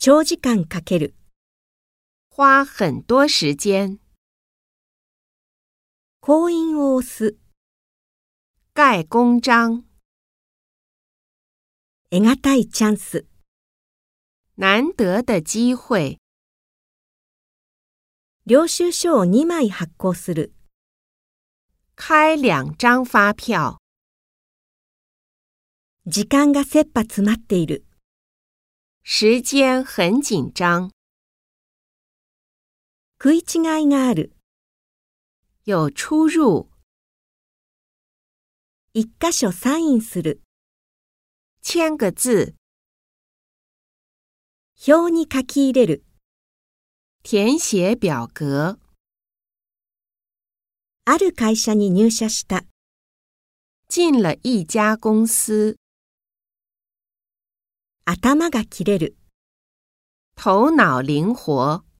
長時間かける。 花很多时间。 婚姻を押す。 盖公章。 得難いチャンス。 难得的机会。 領収書を2枚発行する。 开2张发票。 時間が切羽詰まっている。 时间很紧张。 食い違いがある。 有出入。 一箇所サインする。 签个字。 表に書き入れる。 填写表格。 ある会社に入社した。 进了一家公司。 頭が切れる。 头脑灵活。